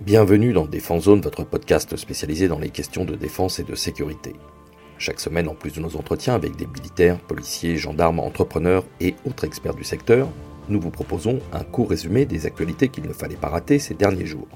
Bienvenue dans Défense Zone, votre podcast spécialisé dans les questions de défense et de sécurité. Chaque semaine, en plus de nos entretiens avec des militaires, policiers, gendarmes, entrepreneurs et autres experts du secteur, nous vous proposons un court résumé des actualités qu'il ne fallait pas rater ces derniers jours.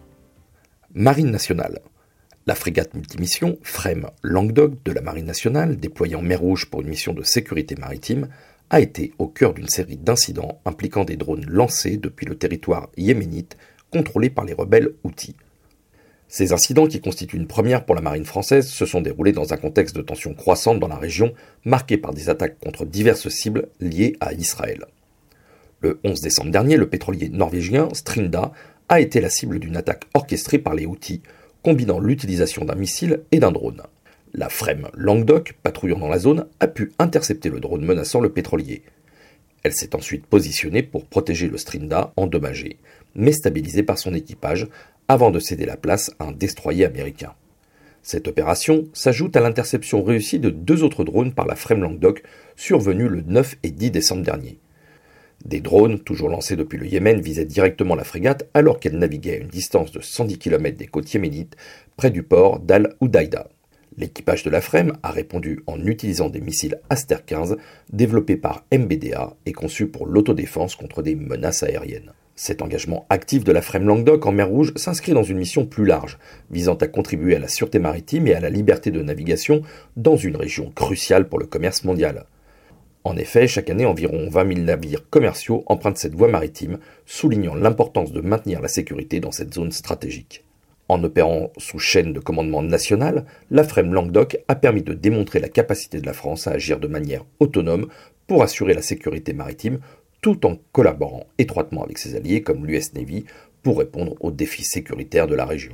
Marine nationale. La frégate multimission FREMM Languedoc de la Marine nationale, déployée en mer Rouge pour une mission de sécurité maritime, a été au cœur d'une série d'incidents impliquant des drones lancés depuis le territoire yéménite contrôlé par les rebelles Houthis. Ces incidents, qui constituent une première pour la marine française, se sont déroulés dans un contexte de tensions croissantes dans la région, marqué par des attaques contre diverses cibles liées à Israël. Le 11 décembre dernier, le pétrolier norvégien Strinda a été la cible d'une attaque orchestrée par les Houthis, combinant l'utilisation d'un missile et d'un drone. La FREMM Languedoc, patrouillant dans la zone, a pu intercepter le drone menaçant le pétrolier. Elle s'est ensuite positionnée pour protéger le Strinda endommagé, mais stabilisé par son équipage, avant de céder la place à un destroyer américain. Cette opération s'ajoute à l'interception réussie de 2 autres drones par la FREMM Languedoc, survenue le 9 et 10 décembre dernier. Des drones, toujours lancés depuis le Yémen, visaient directement la frégate alors qu'elle naviguait à une distance de 110 km des côtes yéménites, près du port d'Al-Houdaïda. L'équipage de la FREMM a répondu en utilisant des missiles Aster 15 développés par MBDA et conçus pour l'autodéfense contre des menaces aériennes. Cet engagement actif de la FREMM Languedoc en mer Rouge s'inscrit dans une mission plus large, visant à contribuer à la sûreté maritime et à la liberté de navigation dans une région cruciale pour le commerce mondial. En effet, chaque année, environ 20 000 navires commerciaux empruntent cette voie maritime, soulignant l'importance de maintenir la sécurité dans cette zone stratégique. En opérant sous chaîne de commandement national, la FREMM Languedoc a permis de démontrer la capacité de la France à agir de manière autonome pour assurer la sécurité maritime, tout en collaborant étroitement avec ses alliés comme l'US Navy pour répondre aux défis sécuritaires de la région.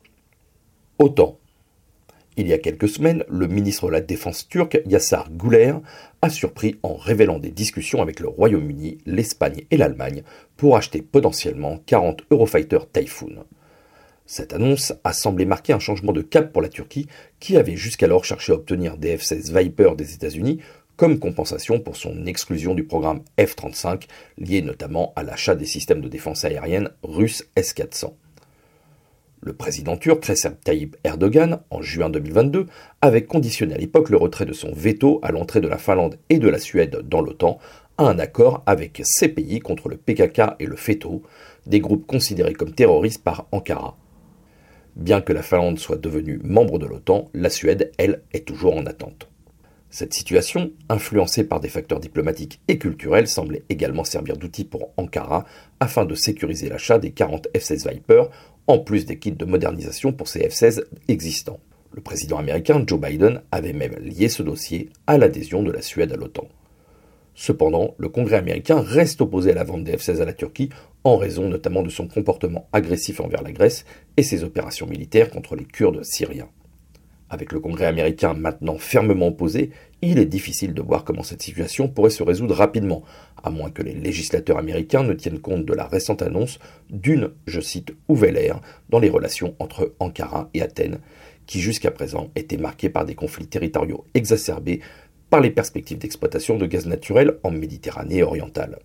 OTAN. Il y a quelques semaines, le ministre de la Défense turc, Yaşar Güler, a surpris en révélant des discussions avec le Royaume-Uni, l'Espagne et l'Allemagne pour acheter potentiellement 40 Eurofighter Typhoon. Cette annonce a semblé marquer un changement de cap pour la Turquie, qui avait jusqu'alors cherché à obtenir des F-16 Viper des États-Unis comme compensation pour son exclusion du programme F-35, lié notamment à l'achat des systèmes de défense aérienne russes S-400. Le président turc Recep Tayyip Erdogan, en juin 2022, avait conditionné à l'époque le retrait de son veto à l'entrée de la Finlande et de la Suède dans l'OTAN à un accord avec ces pays contre le PKK et le FETÖ, des groupes considérés comme terroristes par Ankara. Bien que la Finlande soit devenue membre de l'OTAN, la Suède, elle, est toujours en attente. Cette situation, influencée par des facteurs diplomatiques et culturels, semblait également servir d'outil pour Ankara afin de sécuriser l'achat des 40 F-16 Viper, en plus des kits de modernisation pour ces F-16 existants. Le président américain Joe Biden avait même lié ce dossier à l'adhésion de la Suède à l'OTAN. Cependant, le Congrès américain reste opposé à la vente des F-16 à la Turquie, en raison notamment de son comportement agressif envers la Grèce et ses opérations militaires contre les Kurdes syriens. Avec le Congrès américain maintenant fermement opposé, il est difficile de voir comment cette situation pourrait se résoudre rapidement, à moins que les législateurs américains ne tiennent compte de la récente annonce d'une, je cite, nouvelle ère dans les relations entre Ankara et Athènes, qui jusqu'à présent étaient marquées par des conflits territoriaux exacerbés par les perspectives d'exploitation de gaz naturel en Méditerranée orientale.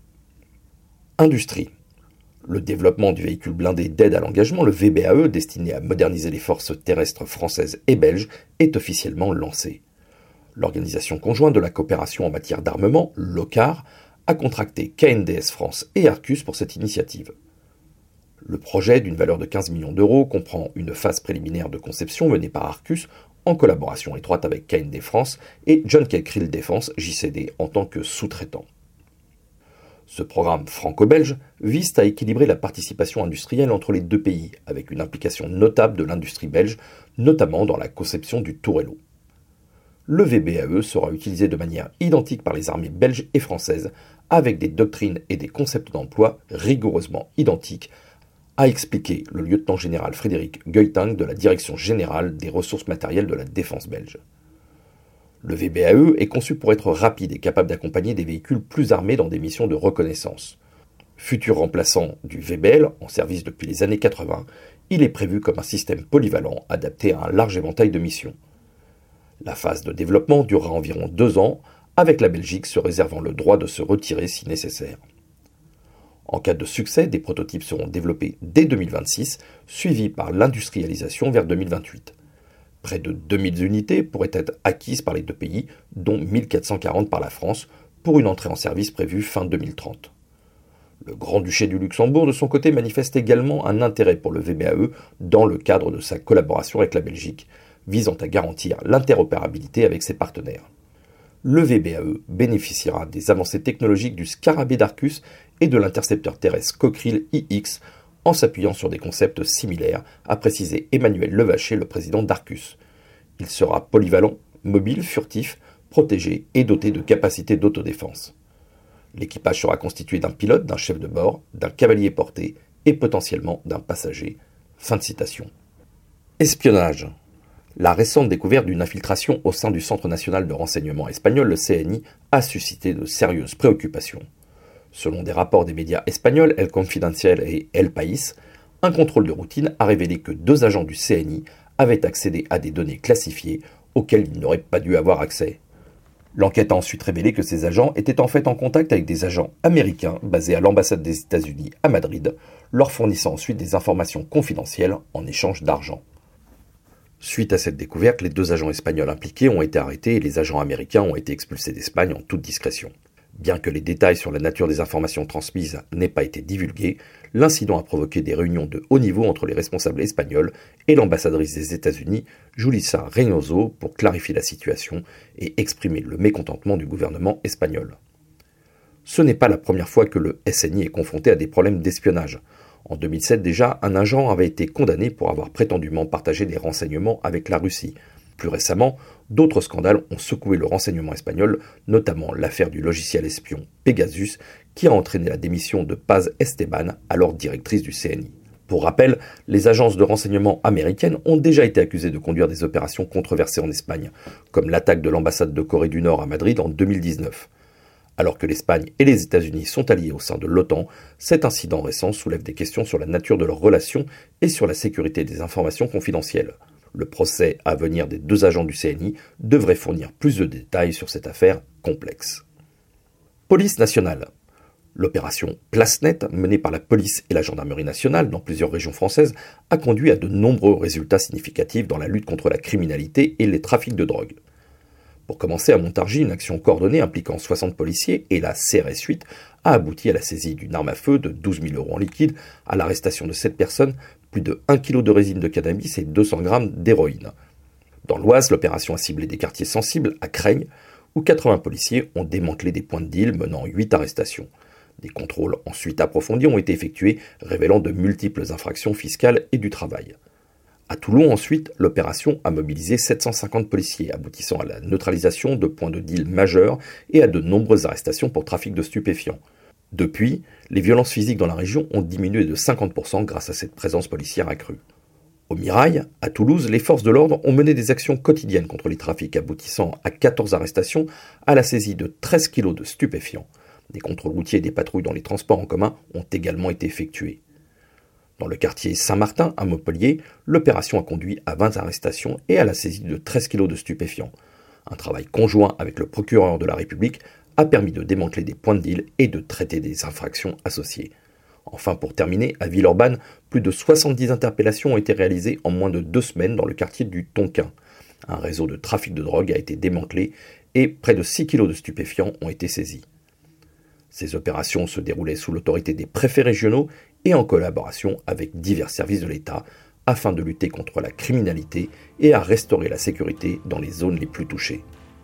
Industrie. Le développement du véhicule blindé d'aide à l'engagement, le VBAE, destiné à moderniser les forces terrestres françaises et belges, est officiellement lancé. L'Organisation conjointe de la coopération en matière d'armement, l'OCAR, a contracté KNDS France et Arcus pour cette initiative. Le projet, d'une valeur de 15 millions d'euros, comprend une phase préliminaire de conception menée par Arcus en collaboration étroite avec KND France et John Keckrill Défense JCD en tant que sous-traitant. Ce programme franco-belge vise à équilibrer la participation industrielle entre les deux pays, avec une implication notable de l'industrie belge, notamment dans la conception du tourello. Le VBAE sera utilisé de manière identique par les armées belges et françaises, avec des doctrines et des concepts d'emploi rigoureusement identiques, a expliqué le lieutenant-général Frédéric Gueytang de la Direction générale des ressources matérielles de la défense belge. Le VBAE est conçu pour être rapide et capable d'accompagner des véhicules plus armés dans des missions de reconnaissance. Futur remplaçant du VBL, en service depuis les années 80, il est prévu comme un système polyvalent adapté à un large éventail de missions. La phase de développement durera environ 2 ans, avec la Belgique se réservant le droit de se retirer si nécessaire. En cas de succès, des prototypes seront développés dès 2026, suivis par l'industrialisation vers 2028. Près de 2000 unités pourraient être acquises par les deux pays, dont 1440 par la France, pour une entrée en service prévue fin 2030. Le Grand-Duché du Luxembourg, de son côté, manifeste également un intérêt pour le VBAE dans le cadre de sa collaboration avec la Belgique, visant à garantir l'interopérabilité avec ses partenaires. Le VBAE bénéficiera des avancées technologiques du Scarabée d'Arcus et de l'intercepteur terrestre Cockerill IX, en s'appuyant sur des concepts similaires, a précisé Emmanuel Levaché, le président d'Arcus. Il sera polyvalent, mobile, furtif, protégé et doté de capacités d'autodéfense. L'équipage sera constitué d'un pilote, d'un chef de bord, d'un cavalier porté et potentiellement d'un passager. Fin de citation. Espionnage. La récente découverte d'une infiltration au sein du Centre national de renseignement espagnol, le CNI, a suscité de sérieuses préoccupations. Selon des rapports des médias espagnols El Confidencial et El País, un contrôle de routine a révélé que 2 agents du CNI avaient accédé à des données classifiées auxquelles ils n'auraient pas dû avoir accès. L'enquête a ensuite révélé que ces agents étaient en fait en contact avec des agents américains basés à l'ambassade des États-Unis à Madrid, leur fournissant ensuite des informations confidentielles en échange d'argent. Suite à cette découverte, les 2 agents espagnols impliqués ont été arrêtés et les agents américains ont été expulsés d'Espagne en toute discrétion. Bien que les détails sur la nature des informations transmises n'aient pas été divulgués, l'incident a provoqué des réunions de haut niveau entre les responsables espagnols et l'ambassadrice des États-Unis, Julissa Reynoso, pour clarifier la situation et exprimer le mécontentement du gouvernement espagnol. Ce n'est pas la première fois que le SNI est confronté à des problèmes d'espionnage. En 2007 déjà, un agent avait été condamné pour avoir prétendument partagé des renseignements avec la Russie. Plus récemment, d'autres scandales ont secoué le renseignement espagnol, notamment l'affaire du logiciel espion Pegasus, qui a entraîné la démission de Paz Esteban, alors directrice du CNI. Pour rappel, les agences de renseignement américaines ont déjà été accusées de conduire des opérations controversées en Espagne, comme l'attaque de l'ambassade de Corée du Nord à Madrid en 2019. Alors que l'Espagne et les États-Unis sont alliés au sein de l'OTAN, cet incident récent soulève des questions sur la nature de leurs relations et sur la sécurité des informations confidentielles. Le procès à venir des 2 agents du CNI devrait fournir plus de détails sur cette affaire complexe. Police nationale. L'opération PlaceNet, menée par la police et la gendarmerie nationale dans plusieurs régions françaises, a conduit à de nombreux résultats significatifs dans la lutte contre la criminalité et les trafics de drogue. Pour commencer, à Montargis, une action coordonnée impliquant 60 policiers et la CRS 8 a abouti à la saisie d'une arme à feu de 12 000 € en liquide, à l'arrestation de 7 personnes, plus de 1 kg de résine de cannabis et 200 g d'héroïne. Dans l'Oise, l'opération a ciblé des quartiers sensibles à Creignes, où 80 policiers ont démantelé des points de deal menant 8 arrestations. Des contrôles ensuite approfondis ont été effectués, révélant de multiples infractions fiscales et du travail. À Toulon, ensuite, l'opération a mobilisé 750 policiers, aboutissant à la neutralisation de points de deal majeurs et à de nombreuses arrestations pour trafic de stupéfiants. Depuis, les violences physiques dans la région ont diminué de 50% grâce à cette présence policière accrue. Au Mirail, à Toulouse, les forces de l'ordre ont mené des actions quotidiennes contre les trafics, aboutissant à 14 arrestations, à la saisie de 13 kg de stupéfiants. Des contrôles routiers et des patrouilles dans les transports en commun ont également été effectués. Dans le quartier Saint-Martin, à Montpellier, l'opération a conduit à 20 arrestations et à la saisie de 13 kg de stupéfiants. Un travail conjoint avec le procureur de la République a permis de démanteler des points de deal et de traiter des infractions associées. Enfin, pour terminer, à Villeurbanne, plus de 70 interpellations ont été réalisées en moins de 2 semaines dans le quartier du Tonquin. Un réseau de trafic de drogue a été démantelé et près de 6 kg de stupéfiants ont été saisis. Ces opérations se déroulaient sous l'autorité des préfets régionaux et en collaboration avec divers services de l'État afin de lutter contre la criminalité et à restaurer la sécurité dans les zones les plus touchées.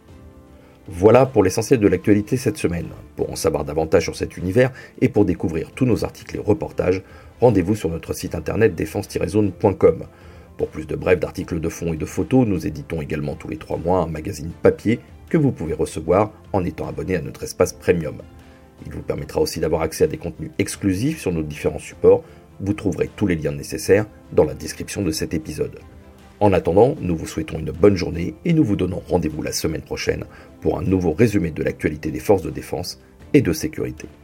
Voilà pour l'essentiel de l'actualité cette semaine. Pour en savoir davantage sur cet univers et pour découvrir tous nos articles et reportages, rendez-vous sur notre site internet défense-zone.com. Pour plus de brefs d'articles de fond et de photos, nous éditons également tous les 3 mois un magazine papier que vous pouvez recevoir en étant abonné à notre espace premium. Il vous permettra aussi d'avoir accès à des contenus exclusifs sur nos différents supports. Vous trouverez tous les liens nécessaires dans la description de cet épisode. En attendant, nous vous souhaitons une bonne journée et nous vous donnons rendez-vous la semaine prochaine pour un nouveau résumé de l'actualité des forces de défense et de sécurité.